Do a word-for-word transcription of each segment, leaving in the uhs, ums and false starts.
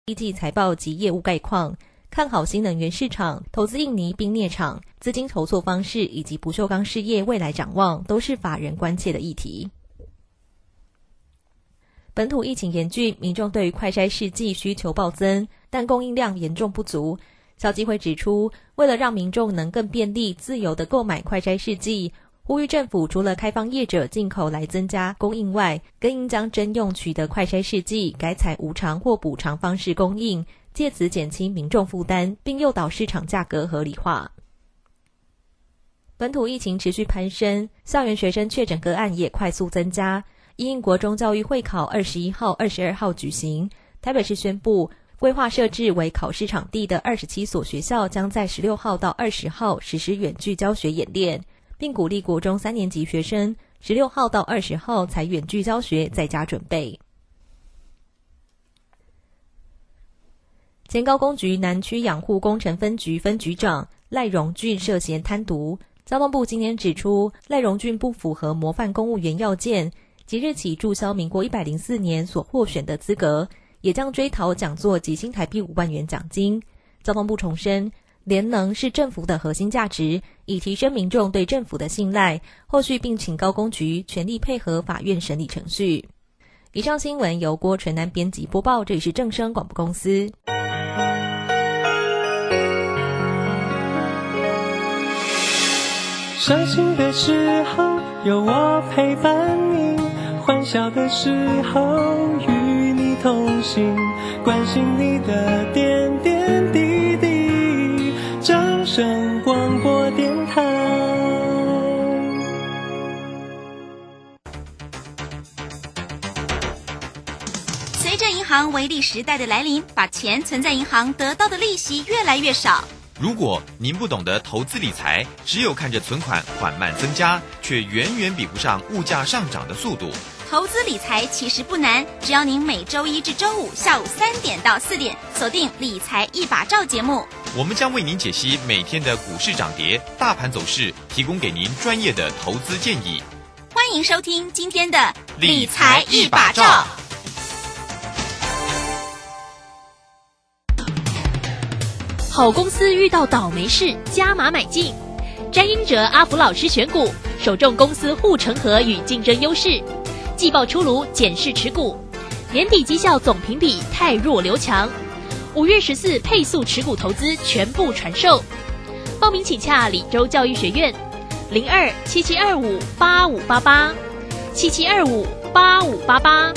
一季财报及业务概况，看好新能源市场、投资印尼冰镍厂、资金筹措方式以及不锈钢事业未来展望，都是法人关切的议题。本土疫情严峻，民众对于快筛试剂需求暴增，但供应量严重不足。消基会指出，为了让民众能更便利、自由地购买快筛试剂，呼吁政府除了开放业者进口来增加供应外，更应将征用取得快筛试剂改采无偿或补偿方式供应，借此减轻民众负担，并诱导市场价格合理化。本土疫情持续攀升，校园学生确诊个案也快速增加。因应国中教育会考二十一号、二十二号举行，台北市宣布，规划设置为考试场地的二十七所学校将在十六号到二十号实施远距教学演练，并鼓励国中三年级学生十六号到二十号才远距教学，在家准备。前高工局南区养护工程分局分局长赖荣俊涉嫌贪渎，交通部今年指出，赖荣俊不符合模范公务员要件，即日起注销民国一百零四年所获选的资格，也将追讨讲座及新台币五万元奖金。交通部重申，联能是政府的核心价值，以提升民众对政府的信赖，后续并请高工局全力配合法院审理程序。以上新闻由郭纯南编辑播报，这里是正声广播公司。 伤心的时候有我陪伴你，欢笑的时候与你同行，关心你的点点滴滴。正声广播电台。 随着银行微利时代的来临，把钱存在银行得到的利息越来越少。 如果您不懂得投资理财，只有看着存款缓慢增加，却远远比不上物价上涨的速度。 投资理财其实不难，只要您每周一至周五下午三点到四点锁定理财一把照节目， 我们将为您解析每天的股市涨跌、大盘走势，提供给您专业的投资建议。 欢迎收听今天的理财一把照。 好公司遇到倒霉事，加码买进。詹英哲、阿福老师选股，首重公司护城河与竞争优势。季报出炉，检视持股。年底绩效总评比太弱留强。五月十四配速持股投资全部传授。报名请洽李州教育学院，零二七七二五八五八八，七七二五八五八八。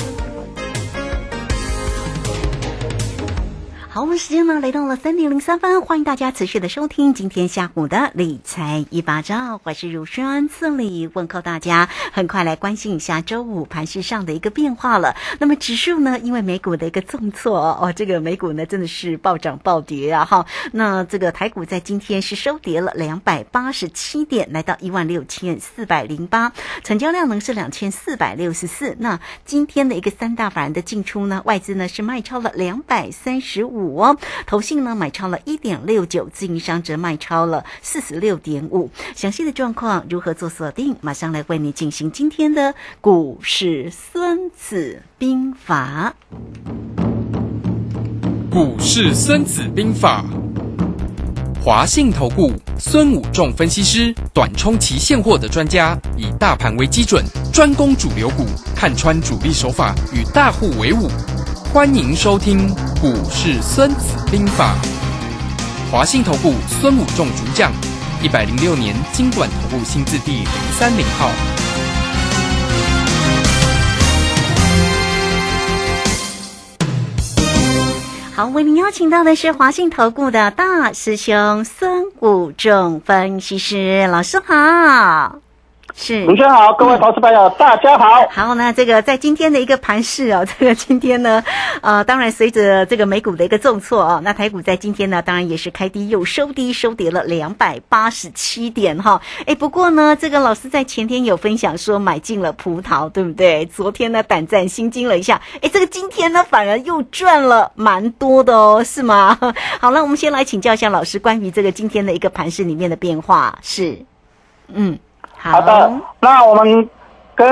好，我们时间呢来到了三点零三分，欢迎大家持续的收听今天下午的理财一把照，我是如轩，这里问候大家。很快来关心一下周五盘市上的一个变化了。那么指数呢，因为美股的一个重挫哦，这个美股呢真的是暴涨暴跌啊哈。那这个台股在今天是收跌了两百八十七点，来到一万六千四百零八，成交量呢是两千四百六十四。那今天的一个三大法人的进出呢，外资呢是卖超了两百三十五。哦，投信呢买超了 一点六九， 自营商则卖超了 四十六点五。 详细的状况如何做锁定，马上来为你进行今天的股市孙子兵法。 股市孙子兵法，华信投顾孙武仲分析师，短冲期现货的专家，以大盘为基准，专攻主流股，看穿主力手法，与大户为伍。欢迎收听股市孙子兵法。华信投顾孙武仲主讲，一百零六年金管投顾新字第零三零号。 好，为您邀请到的是华信投顾的大师兄孙武仲分析师老师好。是， 主持人好，各位投资朋友，大家好。 好，那这个在今天的一个盘势哦，这个今天呢，呃，当然随着这个美股的一个重挫哦，那台股在今天呢，当然也是开低又收低，收跌了两百八十七点哈。哎，不过呢，这个老师在前天有分享说买进了葡萄，对不对？昨天呢，胆战心惊了一下，哎，这个今天呢，反而又赚了蛮多的哦，是吗？好了，我们先来请教一下老师关于这个今天的一个盘势里面的变化是，嗯。 好的，那我们跟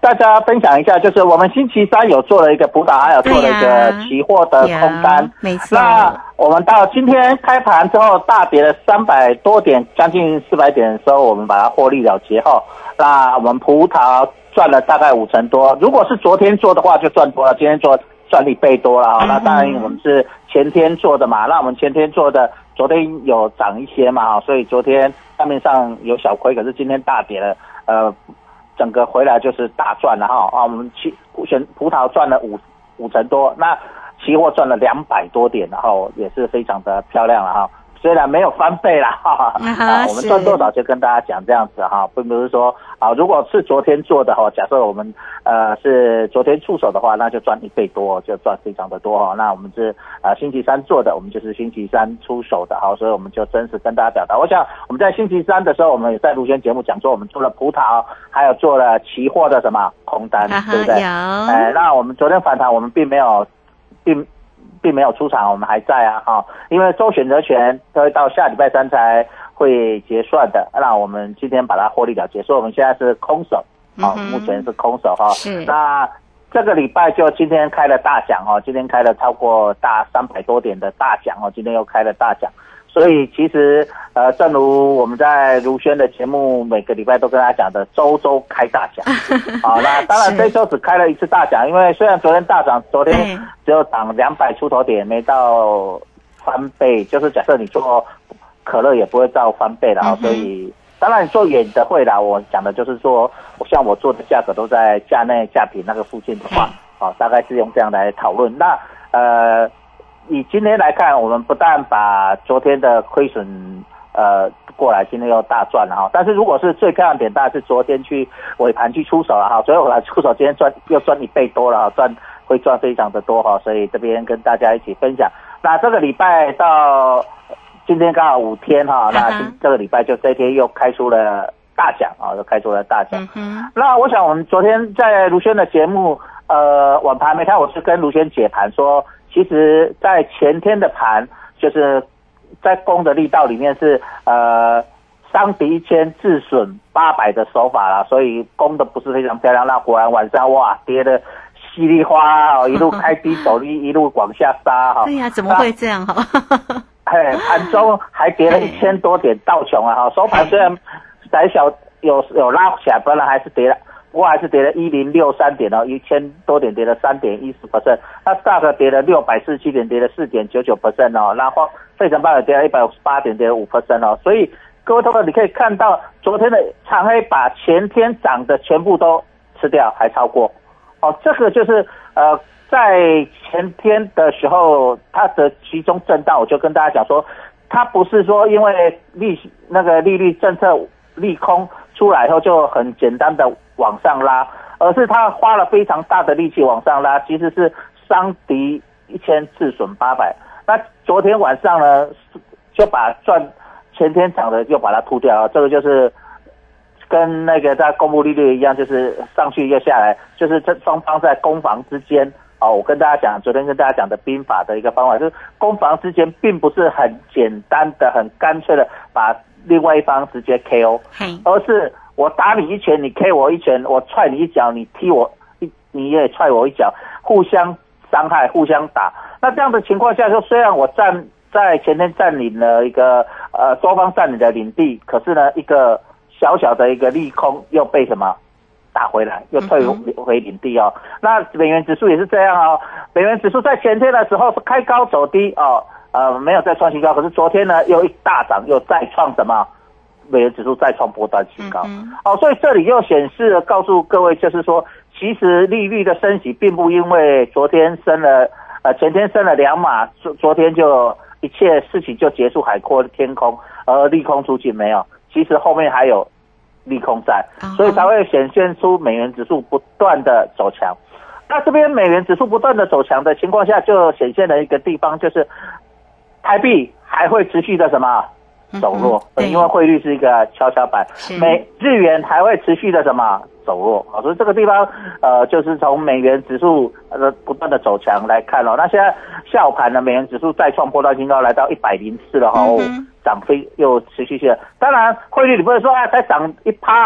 大家分享一下，就是我们星期三有做了一个葡萄，还有做了一个期货的空单， 没错。 那我们到今天开盘之后大跌了三百多点，将近四百点的时候，我们把它获利了结后，那我们葡萄赚了大概五成多。如果是昨天做的话，就赚多了，今天做赚一倍多了哈。那当然我们是前天做的嘛，那我们前天做的，昨天有涨一些嘛，所以昨天账面上有小亏，可是今天大跌了，呃。整个回来就是大赚了哈啊！我们期选葡萄赚了五五成多，那期货赚了两百多点，然后也是非常的漂亮了哈。虽然没有翻倍啦，哈哈，啊，我们赚多少就跟大家讲这样子哈，并不是说啊，如果是昨天做的哈，假设我们呃是昨天出手的话，那就赚一倍多，就赚非常的多哈。那我们是呃星期三做的，我们就是星期三出手的哈，所以我们就真实跟大家表达。我想我们在星期三的时候，我们也在卢轩节目讲说，我们做了葡萄，还有做了期货的什么空单，对不对？哎，那我们昨天反弹，我们并没有并。并没有出场，我们还在啊哈，因为周选择权都会到下礼拜三才会结算的，那我们今天把它获利了结，所以我们现在是空手，啊、嗯，目前是空手哈。是。那这个礼拜就今天开了大奖哦，今天开了超过大三百多点的大奖哦，今天又开了大奖。所以其实呃，正如我们在卢轩的节目每个礼拜都跟大家讲的，周周开大奖。好，那当然这周只开了一次大奖，因为虽然昨天大涨，昨天只有涨两百出头点，没到翻倍。就是假设你做可乐也不会到翻倍的啊、嗯，所以当然你做远的会啦。我讲的就是说，像我做的价格都在价内价平那个附近的话，好、哦，大概是用这样来讨论。那呃。以今天来看，我们不但把昨天的亏损呃过来，今天又大赚了哈。但是如果是最漂亮点，当然是昨天去尾盘去出手了哈，所以我来出手，今天赚又赚一倍多了哈，赚会赚非常的多哈。所以这边跟大家一起分享。那这个礼拜到今天刚好五天哈，那这个礼拜就这一天又开出了大奖啊，又开出了大奖。嗯、那我想我们昨天在卢轩的节目，呃，晚盘没看，我是跟卢轩解盘说。其实，在前天的盘，就是在攻的力道里面是呃伤敌一千，自损八百的手法啦，所以攻的不是非常漂亮。那果然晚上哇跌的稀里哗啦哦，一路开低走一一路往下杀哈。 对呀、啊，怎么会这样哈？ 哎，盘中还跌了一千多点到穷啊哈，收盘虽然窄小有有拉起来，本来还是跌了。不过还是跌了一零六三点哦，一千多点跌了三点一十 percent， 那 S T O X 跌了六百四十七点，跌了四点九九 percent 哦，然后费城半导体跌了一百五十八点，跌了五 percent 哦，所以各位同学你可以看到，昨天的长黑把前天涨的全部都吃掉，还超过哦，这个就是呃在前天的时候它的集中震荡，我就跟大家讲说，它不是说因为利那个利率政策利空出来以后就很简单的往上拉，而是他花了非常大的力气往上拉，其实是伤敌一千，自损八百。那昨天晚上呢，就把赚前天涨的又把它吐掉了，这个就是跟那个在公布利率一样，就是上去又下来，就是这双方在攻防之间。哦，我跟大家讲，昨天跟大家讲的兵法的一个方法，就是攻防之间并不是很简单的、很干脆的把另外一方直接 K O， 而是我打你一拳，你 K 我一拳，我踹你一脚，你踢我一，你也踹我一脚，互相伤害，互相打。那这样的情况下，就虽然我占在前天占领了一个呃多方占领的领地，可是呢，一个小小的一个利空又被什么打回来，又退回领地哦。那美元指数也是这样哦，美元指数在前天的时候是开高走低哦。呃，没有再创新高，可是昨天呢又一大涨，又再创什么？美元指数再创波段新高。嗯、哦，所以这里又显示了，告诉各位，就是说，其实利率的升息并不因为昨天升了，呃，前天升了两码，昨昨天就一切事情就结束，海阔天空，而利空出尽没有。其实后面还有利空在，所以才会显现出美元指数不断的走强。那这边美元指数不断的走强的情况下，就显现了一个地方，就是台币还会持续的什么走弱，嗯、因为汇率是一个跷跷板，美日元还会持续的什么走弱，所以这个地方呃就是从美元指数呃不断的走强来看哦。那现在下午盘呢，美元指数再创波段新高，来到一百零四了哈，涨、哦、飞又持续性。当然汇率你不会说啊才涨一趴。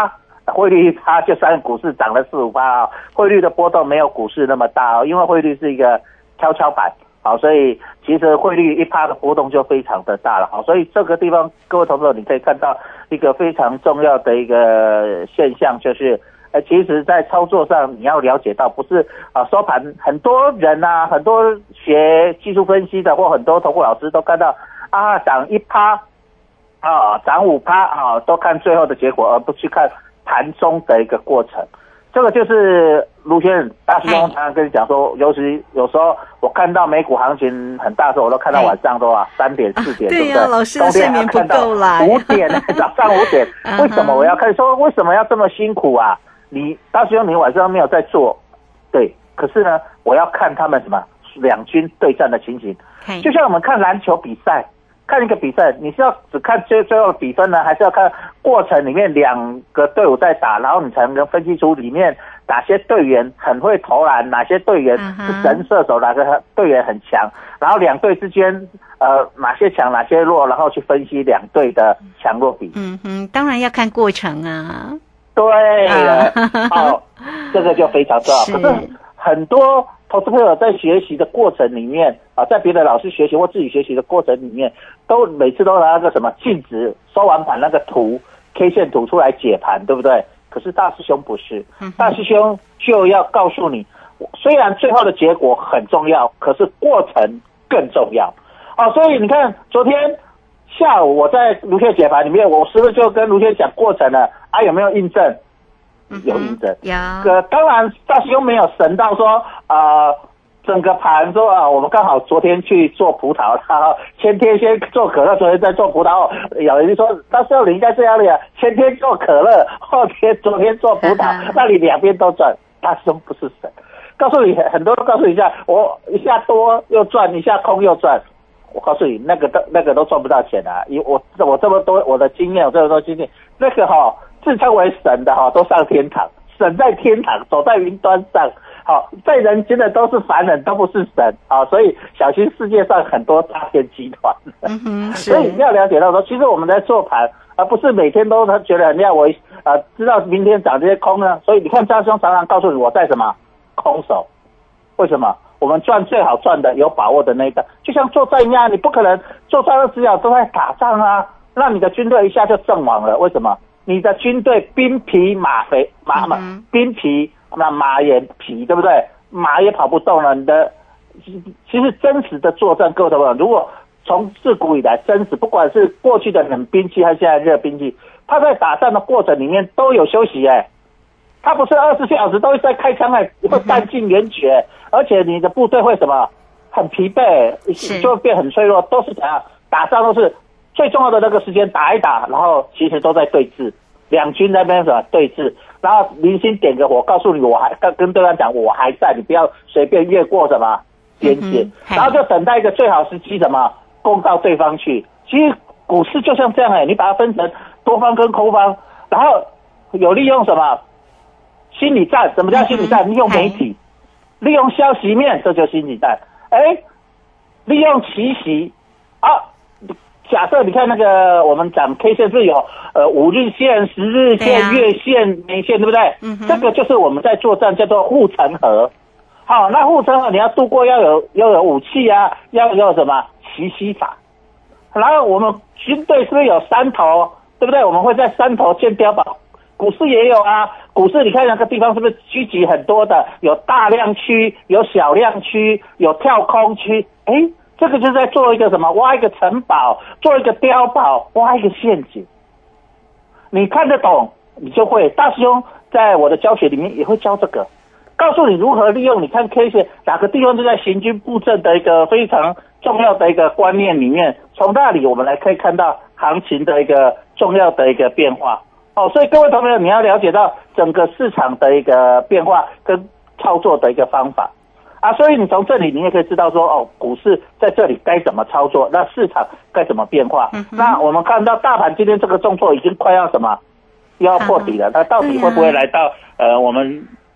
汇率一趴，就算股市涨了四五趴啊，汇率的波动没有股市那么大哦，因为汇率是一个跷跷板，好，所以其实汇率一趴的波动就非常的大了，好，所以这个地方各位投资者你可以看到一个非常重要的一个现象，就是呃，其实在操作上你要了解到，不是啊收盘很多人啊，很多学技术分析的或很多投顾老师都看到啊涨一趴啊涨五趴啊，都看最后的结果，而不去看盘中的一个过程。这个就是卢先生大师兄常常跟你讲说，尤其有时候我看到美股行情很大的时候，我都看到晚上都啊三点四点，对不对？ 老师的睡眠不够啦， 五点早上五点，为什么我要看？说为什么要这么辛苦啊？你大师兄，你晚上没有在做，对，可是呢，我要看他们什么两军对战的情形，就像我们看篮球比赛，看一个比赛，你是要只看最最后的比分呢，还是要看过程里面两个队伍在打，然后你才能分析出里面哪些队员很会投篮，哪些队员是神射手，哪个队员很强，然后两队之间呃哪些强哪些弱，然后去分析两队的强弱比。 嗯哼，当然要看过程啊。 对了，哦，这个就非常重要。可是很多投资朋友在学习的过程里面啊，在别的老师学习或自己学习的过程里面，都每次都拿那个什么净值收完盘那个图 K 线图出来解盘，对不对？可是大师兄不是，大师兄就要告诉你，虽然最后的结果很重要，可是过程更重要。哦，所以你看昨天下午我在卢天解盘里面，我是不是就跟卢天讲过程了？啊，有没有印证？有印证。有。呃，当然大师兄没有神到说，呃，整个盘说啊，我们刚好昨天去做葡萄，然后前天先做可乐，昨天再做葡萄。有人说，大师兄你应该这样的呀，前天做可乐，后天昨天做葡萄，那你两边都赚。大师兄不是神，告诉你很多，告诉你一下，我一下多又赚，一下空又赚。我告诉你，那个都那个都赚不到钱啊！因为我我这么多我的经验，我这么多经验，那个哈、哦、自称为神的哈、哦、都上天堂，神在天堂，走在云端上，好、哦、在人间的都是凡人，都不是神啊、哦！所以小心世界上很多诈骗集团。嗯、所以你要了解到说，其实我们在做盘，而不是每天都他觉得很亮，我呃知道明天涨这些空呢。所以你看张兄常常告诉你，我在什么空手，为什么？我们赚最好赚的有把握的那一段，就像作战一样，你不可能作战二十四小时都在打仗啊，那你的军队一下就阵亡了。为什么？你的军队兵疲马肥，马马兵疲，那马也疲，对不对？马也跑不动了。你的其实真实的作战，各位朋友，如果从自古以来真实，不管是过去的冷兵器还是现在热兵器，他在打仗的过程里面都有休息哎、欸。他不是二十四小时都在开枪哎，会弹尽援绝，而且你的部队会什么很疲惫，就会变很脆弱，都是怎样打仗都是最重要的那个时间打一打，然后其实都在对峙，两军那边什么对峙，然后零星点个火，告诉你我还跟跟对方讲我还在，你不要随便越过什么边界、嗯，然后就等待一个最好时机什么攻到对方去。其实股市就像这样哎，你把它分成多方跟空方，然后有利用什么？心理战，什么叫心理战？利用媒体，利用消息面，这就是心理战。哎，利用奇袭啊！假设你看那个，我们讲 K 线是有呃五日线、十日线、啊、月线、年线，对不对？嗯，这个就是我们在作战叫做护城河。好，那护城河你要渡过要有要有武器啊，要有什么奇袭法。然后我们军队是不是有山头？对不对？我们会在山头建碉堡。股市也有啊，股市你看那个地方是不是聚集很多的？有大量区，有小量区，有跳空区。哎，这个就是在做一个什么？挖一个城堡，做一个碉堡，挖一个陷阱。你看得懂，你就会。大师兄在我的教学里面也会教这个，告诉你如何利用。你看 K 线哪个地方就在行军布阵的一个非常重要的一个观念里面，从那里我们来可以看到行情的一个重要的一个变化。哦，所以各位同学，你要了解到整个市场的一个变化跟操作的一个方法啊，所以你从这里你也可以知道说，哦，股市在这里该怎么操作，那市场该怎么变化。嗯、那我们看到大盘今天这个动作已经快要什么，又要破底了，那到底会不会来到呃我们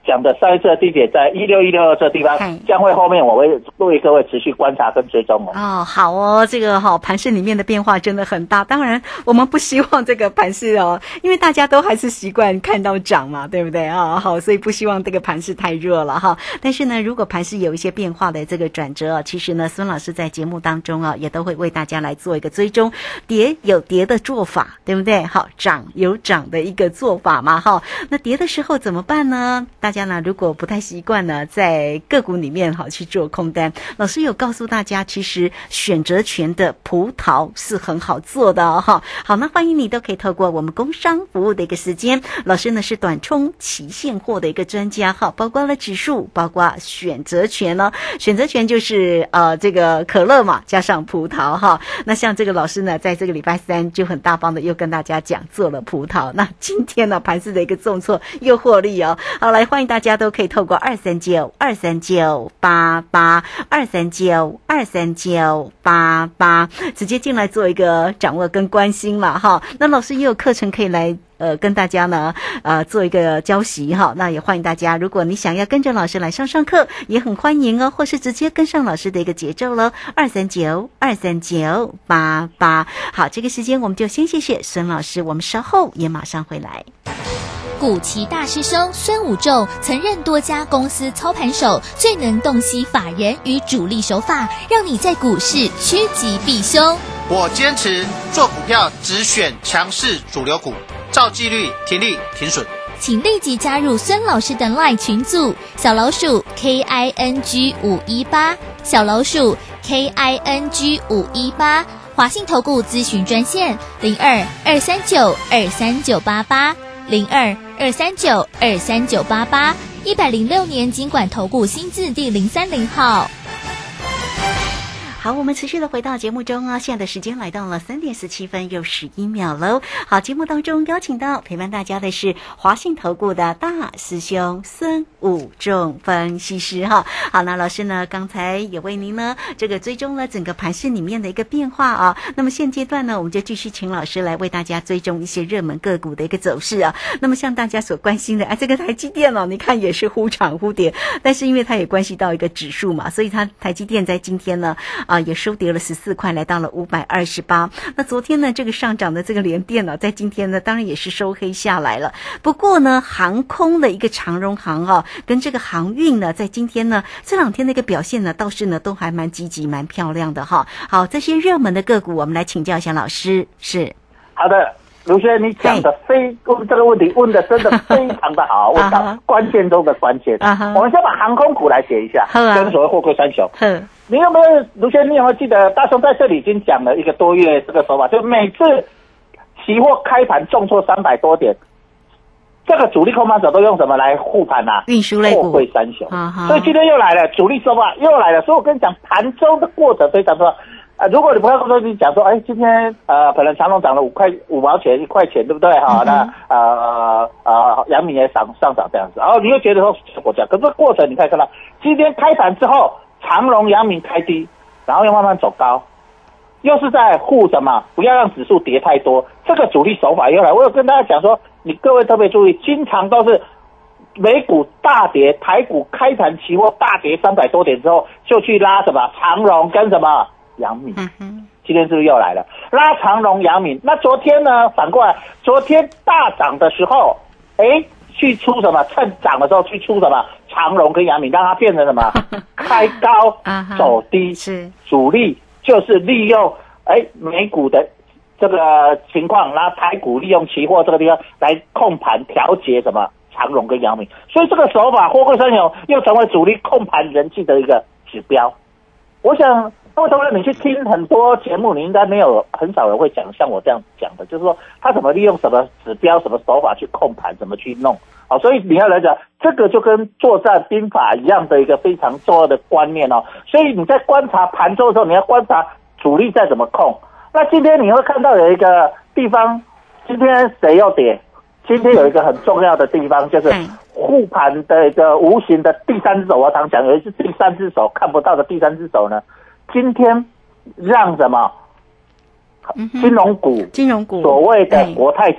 讲的上一次的低点在一六一六二这地方，将会后面我会为各位持续观察跟追踪哦。 哦，好哦，这个哈、哦、盘势里面的变化真的很大。当然，我们不希望这个盘势哦，因为大家都还是习惯看到涨嘛，对不对啊、哦？好，所以不希望这个盘势太弱了哈。但是呢，如果盘势有一些变化的这个转折，其实呢，孙老师在节目当中啊，也都会为大家来做一个追踪，跌有跌的做法，对不对？好，涨有涨的一个做法嘛，哈。那跌的时候怎么办呢？大家呢，如果不太习惯呢，在个股里面好去做空单，老师有告诉大家，其实选择权的葡萄是很好做的哦，哈。好，那欢迎你都可以透过我们工商服务的一个时间，老师呢是短冲期现货的一个专家，哈，包括了指数，包括选择权呢、哦，选择权就是呃这个可乐嘛，加上葡萄哈。那像这个老师呢，在这个礼拜三就很大方的又跟大家讲做了葡萄，那今天呢盘势的一个重挫又获利哦。好，来欢迎大家都可以透过二三九二三九八八二三九二三九八八直接进来做一个掌握跟关心了哈。那老师也有课程可以来呃，跟大家呢，呃，做一个教习哈。那也欢迎大家，如果你想要跟着老师来上上课，也很欢迎哦，或是直接跟上老师的一个节奏了。二三九二三九八八。好，这个时间我们就先谢谢孙老师，我们稍后也马上回来。 古奇大师兄孙武仲曾任多家公司操盘手，最能洞悉法人与主力手法，让你在股市趋吉避凶。 我坚持做股票只选强势主流股，照纪律停利停损。 请立即加入孙老师的 LINE 群组，小老鼠 K I N G 五一八，小老鼠 K I N G 五一八，华信投顾咨询专线零二二三九二三九八八零二二三九二三九八八，一百零六年金管投顾新字第零三零号。 好，我们持续的回到节目中啊，现在的时间来到了三点十七分又十一秒喽。好，节目当中邀请到陪伴大家的是华信投顾的大师兄孙武仲分析师哈。好，那老师呢刚才也为您呢这个追踪了整个盘势里面的一个变化啊。那么现阶段呢，我们就继续请老师来为大家追踪一些热门个股的一个走势啊。那么像大家所关心的啊，这个台积电哦，你看也是忽涨忽跌，但是因为它也关系到一个指数嘛，所以它台积电在今天呢啊。也收跌了十四块，来到了五百二十八。那昨天呢，这个上涨的这个联电呢，在今天呢，当然也是收黑下来了。不过呢，航空的一个长荣航啊，跟这个航运呢，在今天呢，这两天的一个表现呢，倒是呢，都还蛮积极、蛮漂亮的哈。好，这些热门的个股，我们来请教一下老师。是， 好的。卢轩，你讲的非问这个问题问的真的非常的好，问到关键中的关键。Uh-huh. 我们先把航空股来写一下，跟所谓货柜三雄。 Uh-huh. 你有没有，卢轩，你有没有记得大雄在这里已经讲了一个多月这个手法，就每次期货开盘重挫三百多点，这个主力空盘手都用什么来护盘啊？ 运输类股， 货柜三雄。 Uh-huh. 所以今天又来了，主力手法又来了。所以我跟你讲，盘中的过程非常重要。呃，如果你不要跟我讲说，哎，今天呃，可能长荣涨了五块五毛钱一块钱，对不对哈？嗯、那呃呃，阳明也上上涨这样子，然后你又觉得说国家，可是过程你可以看到，今天开盘之后，长荣、阳明开低，然后又慢慢走高，又是在护什么？不要让指数跌太多，这个主力手法又来。我有跟大家讲说，你各位特别注意，经常都是美股大跌，台股开盘期货大跌三百多点之后，就去拉什么长荣跟什么。阳明，今天是不是又来了？拉长荣、阳明。那昨天呢？反过来，昨天大涨的时候，哎，去出什么？趁涨的时候去出什么？长荣跟阳明，让它变成什么？开高走低， 是主力就是利用哎美股的这个情况，然后台股利用期货这个地方来控盘调节什么？长荣跟阳明。所以这个手法，货柜三雄又成为主力控盘人气的一个指标。我想。那么，当然，你去听很多节目，你应该没有很少人会讲像我这样讲的，就是说他怎么利用什么指标、什么手法去控盘，怎么去弄。好，所以你要来讲，这个就跟作战兵法一样的一个非常重要的观念哦。所以你在观察盘中的时候，你要观察主力在怎么控。那今天你会看到有一个地方，今天谁又跌？今天有一个很重要的地方，就是护盘的一个无形的第三只手。我常讲，有一只第三只手看不到的第三只手呢。今天让什么金融股、 金融股所谓的国泰金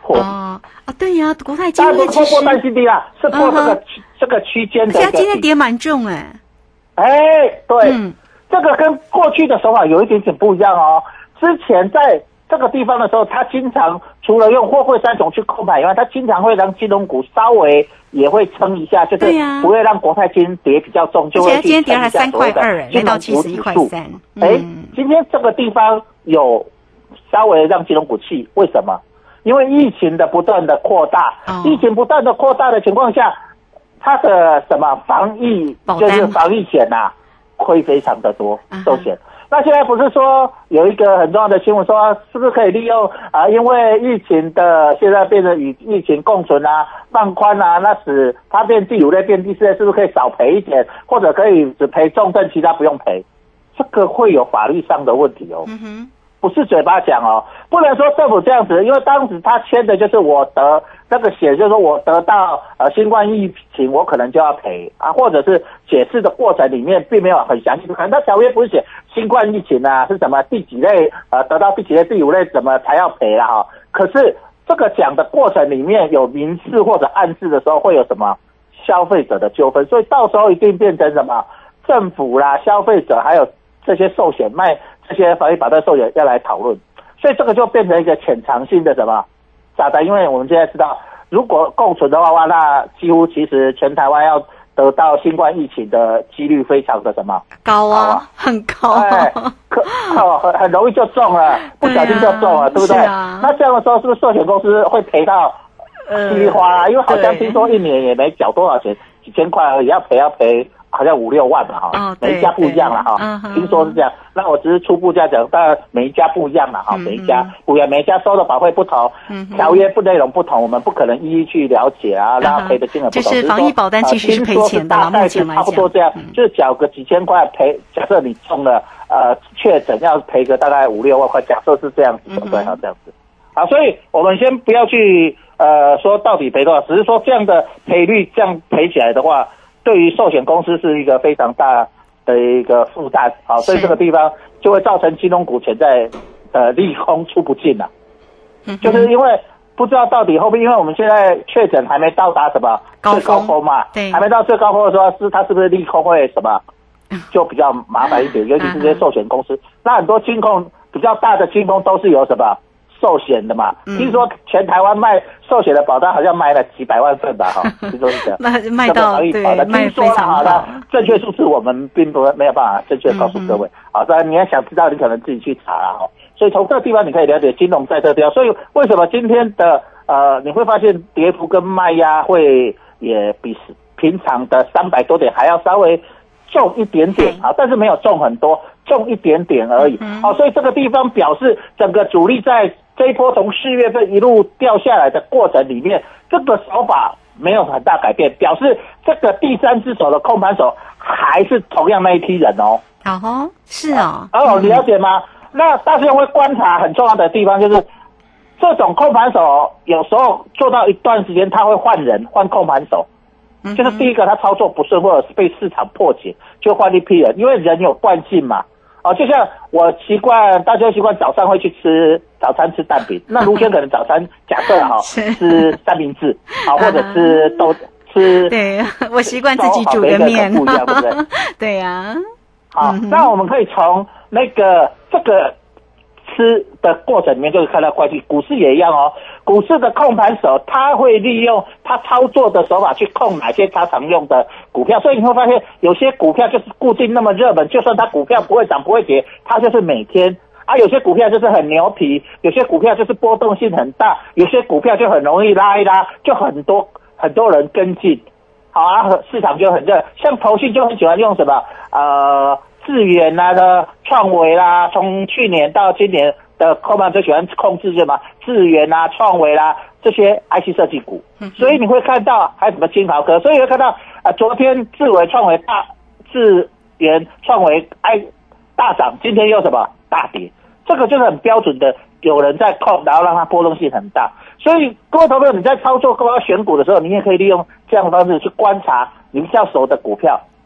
破底。 哦啊，对呀、啊，国泰金当然不是破破其实淡季低啦，是破这个、 嗯、 这个区间的而且它一个底。 今天跌蛮重哎。 哎，对、 嗯， 这个跟过去的手法有一点点不一样哦。之前在这个地方的时候，他经常除了用货柜三雄去控盘以外，他经常会让金融股稍微也会撑一下，就是不会让国泰金跌比较重，就会去今天跌了三块二，来到七十一块三。 哎、嗯，今天这个地方有稍微让金融股气，为什么？因为疫情的不断的扩大，哦、疫情不断的扩大的情况下，它的什么防疫就是防疫险呐、啊，亏非常的多，寿险。那现在不是说有一个很重要的新闻说，是不是可以利用啊？因为疫情的现在变成与疫情共存啊，放宽啊，那使它变第五类变第四类，是不是可以少赔一点，或者可以只赔重症，其他不用赔？这个会有法律上的问题哦。嗯哼。不是嘴巴讲哦，不能说政府这样子，因为当时他签的就是我得那个写，就是说我得到呃新冠疫情，我可能就要赔啊，或者是解释的过程里面并没有很详细，可能他条约不是写新冠疫情啊是什么第几类呃得到第几类第五类怎么才要赔啦哈，可是这个讲的过程里面有明示或者暗示的时候，会有什么消费者的纠纷，所以到时候一定变成什么政府啦、消费者还有这些寿险卖。这些防疫保单寿险要来讨论，所以这个就变成一个潜藏性的什么炸弹，因为我们现在知道，如果共存的话，那几乎其实全台湾要得到新冠疫情的几率非常的什么高啊，啊很高、啊， 哎，可哦很很容易就中了，不小心就中了， 对,、啊、对不对？啊、那这样的时候，是不是寿险公司会赔到稀里哗啦、呃？因为好像听说一年也没缴多少钱，几千块而已，要赔要赔。好像五六万嘛哈、哦，每一家不一样了哈、嗯，听说是这样。那我只是初步这样讲，当然每一家不一样了哈、嗯，每一家不一样，每一家收的保费不同，条、嗯、约不内容不同，我们不可能一一去了解啊，然后赔的金额不同。 就是防疫保单其实是赔钱的啦，目前来讲， 差不多这样，嗯、就是缴个几千块赔。假设你中了呃确诊要赔个大概五六万块，假设是这样子，嗯、对，好这样子。好，所以我们先不要去呃说到底赔多少，只是说这样的赔率这样赔起来的话。对于寿险公司是一个非常大的一个负担，好，所以这个地方就会造成金融股潜在的利空出不尽了、嗯，就是因为不知道到底后面，因为我们现在确诊还没到达什么最高峰嘛，对，还没到最高峰的时候，是它是不是利空会什么，就比较麻烦一点，尤其是这些寿险公司，那很多金控比较大的金控都是有什么。寿险的嘛，听说全台湾卖寿险的保单好像卖了几百万份吧，哈，听说是这样。 卖卖到对， 听说了好的，正确数字我们并不没有办法正确告诉各位。好，当然你要想知道，你可能自己去查啦哈。所以从这个地方你可以了解金融在这个地方。所以为什么今天的呃你会发现跌幅跟卖压会也比平常的三百多点还要稍微重一点点啊，但是没有重很多，重一点点而已。好，所以这个地方表示整个主力在这一波从四月份一路掉下来的过程里面，这个手法没有很大改变，表示这个第三只手的控盘手还是同样那一批人哦。 哦，是哦。 哦，你了解吗？嗯、那大师兄会观察很重要的地方就是，这种控盘手有时候做到一段时间，他会换人，换控盘手。嗯、就是第一个他操作不顺，或者是被市场破解，就换一批人，因为人有惯性嘛。哦，就像我习惯，大家习惯早上会去吃早餐吃蛋饼，那卢轩可能早餐假设哈、哦、吃三明治，好、哦、或者吃豆、啊、吃。 对，我习惯自己煮个面， 不一样，对不对？ 对呀、啊。 好、嗯，那我们可以从那个这个吃的过程里面就可以看到关系，股市也一样哦。股市的控盘手他会利用他操作的手法去控哪些他常用的股票，所以你会发现有些股票就是固定那么热门，就算它股票不会涨不会跌，它就是每天啊。有些股票就是很牛皮，有些股票就是波动性很大，有些股票就很容易拉一拉，就很多很多人跟进，好啊，市场就很热。像投信就很喜欢用什么呃智原啦的创维啦，从去年到今年的控盘最喜欢控制什么智原啦、创维啦这些 I C 设计股，所以你会看到还有什么金豪科，所以你会看到啊、呃，昨天智维、创维大智原、创维 I 大涨，今天又什么大跌，这个就是很标准的有人在控，然后让它波动性很大。所以各位投资者，你在操作、各位选股的时候，你也可以利用这样的方式去观察你比较熟的股票。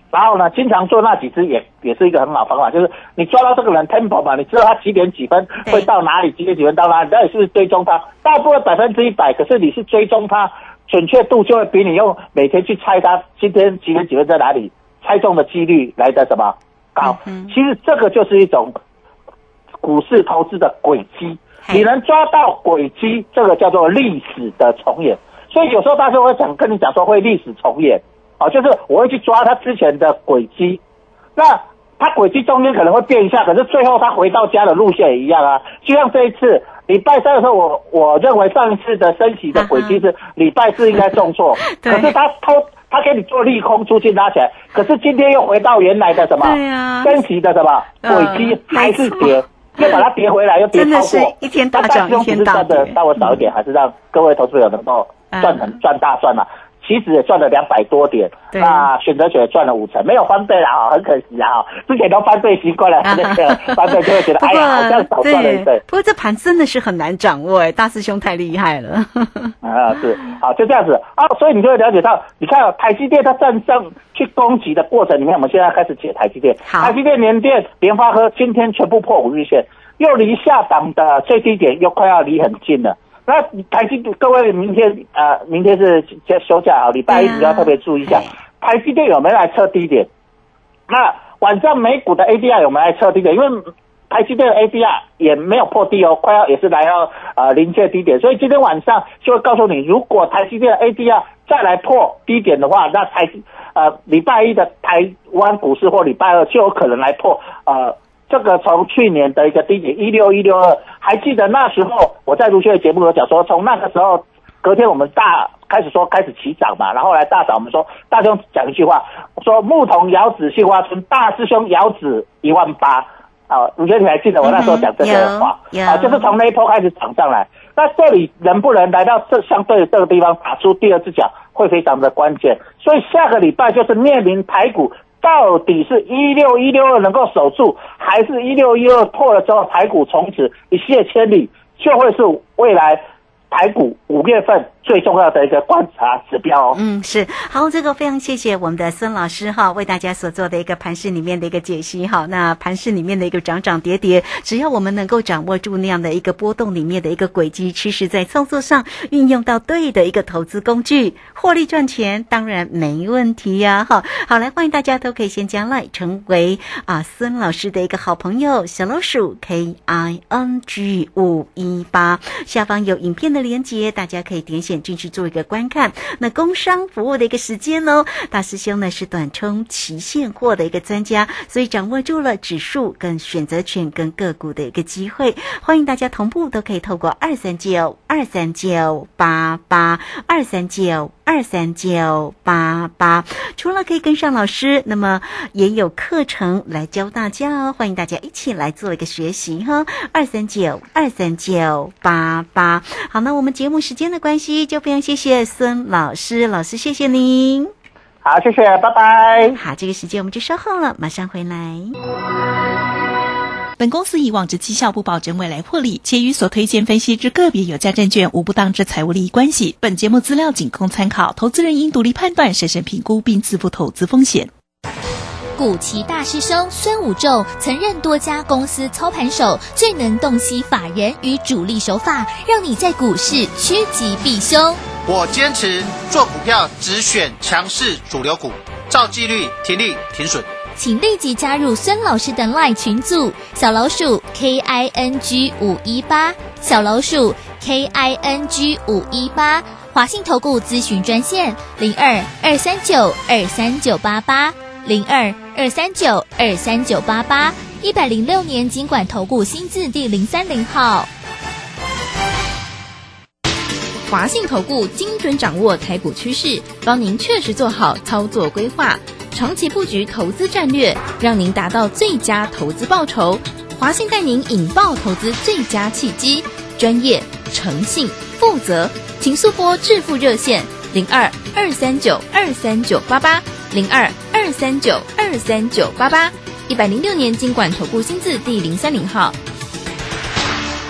然后呢，经常做那几只也也是一个很好方法，就是你抓到这个人 tempo 嘛，你知道他几点几分会到哪里，几点几分到哪里，到底是不是追踪他？大部分百分之一百，可是你是追踪他，准确度就会比你用每天去猜他今天几点几分在哪里，猜中的几率来的什么高？嗯、其实这个就是一种股市投资的轨迹，你能抓到轨迹，这个叫做历史的重演。所以有时候大家会讲跟你讲说会历史重演。哦，就是我会去抓他之前的轨迹，那他轨迹中间可能会变一下，可是最后他回到家的路线也一样啊。就像这一次礼拜三的时候，我我认为上一次的升息的轨迹是礼拜四应该重挫，可是他偷他给你做利空出去拉起来，可是今天又回到原来的什么升息的什么轨迹，还是跌，又把它跌回来，又跌超过，真的是一天大涨一天大跌，稍微少一点，还是让各位投资者能够赚很赚大赚嘛。期指也赚了两百多点，那选择权也赚了五成，没有翻倍啦，很可惜啊！之前都翻倍习惯了，那个翻倍就会觉得哎呀，好像少赚了一倍。 不过这盘真的是很难掌握哎，大师兄太厉害了。 啊，是好，就这样子啊，所以你就会了解到，你看台积电它站上去攻击的过程里面，我们现在开始解台积电，台积电、联电、联发科今天全部破五日线，又离下档的最低点又快要离很近了。那台积各位明天呃，明天是休假啊，礼拜一你要特别注意一下，台积电有没有来测低点？那晚上美股的 A D R 有没有来测低点？因为台积电的 A D R 也没有破低哦，快要也是来到呃临界低点，所以今天晚上就会告诉你，如果台积电的 A D R 再来破低点的话，那台呃礼拜一的台湾股市或礼拜二就有可能来破呃。这个从去年的一个低点一六一六二，还记得那时候我在卢轩的节目有讲说，从那个时候隔天我们大开始说开始起涨嘛，然后来大涨，我们说大师兄讲一句话，说牧童遥指杏花村，大师兄遥指一万八。啊，卢轩你还记得我那时候讲这个话？嗯、啊，就是从那一波开始涨上来。那这里能不能来到这相对这个地方打出第二只脚，会非常的关键。所以下个礼拜就是面临台股。到底是一六一六二能够守住，还是一六一二破了之后台股从此一泻千里，就会是未来台股五月份最重要的一个观察指标哦。 嗯，是好，这个非常谢谢我们的孙老师哈，为大家所做的一个盘势里面的一个解析哈。那盘势里面的一个涨涨跌跌，只要我们能够掌握住那样的一个波动里面的一个轨迹，其实在操作上运用到对的一个投资工具，获利赚钱当然没问题呀、啊、哈。好，来欢迎大家都可以先加 LINE 成为啊孙老师的一个好朋友，小老鼠 K I N G 五一八，下方有影片的连结，大家可以点选进去做一个观看。那工商服务的一个时间哦，大师兄呢是短冲期现货的一个专家，所以掌握住了指数跟选择权跟个股的一个机会，欢迎大家同步都可以透过二三九二三九八八二三九二三九八八，除了可以跟上老师，那么也有课程来教大家哦，欢迎大家一起来做一个学习哈。二三九二三九八八，好，那我们节目时间的关系，就非常谢谢孙老师，老师谢谢您。 好，谢谢，拜拜。 好，这个时间我们就稍后了，马上回来。 本公司以往之绩效不保证未来获利，且与所推荐分析之个别有价证券无不当之财务利益关系。本节目资料仅供参考，投资人应独立判断、审慎评估并自负投资风险。 古奇大师兄孙武仲曾任多家公司操盘手，最能洞悉法人与主力手法，让你在股市趋吉避凶。 我坚持做股票只选强势主流股，照纪律停利停损。 请立即加入孙老师的 LINE 群组，小老鼠 K I N G 五一八，小老鼠 K I N G 五一八，华信投顾咨询专线零二二三九二三九八八零二二三九二三九八八，一百零六年金管投顾新字第零三零号。 华信投顾精准掌握台股趋势，帮您确实做好操作规划，长期布局投资战略，让您达到最佳投资报酬。华信带您引爆投资最佳契机，专业、诚信、负责，请速拨致富热线零二二三九二三九八八零二二三九二三九八八，一百零六年金管投顾新字第零三零号。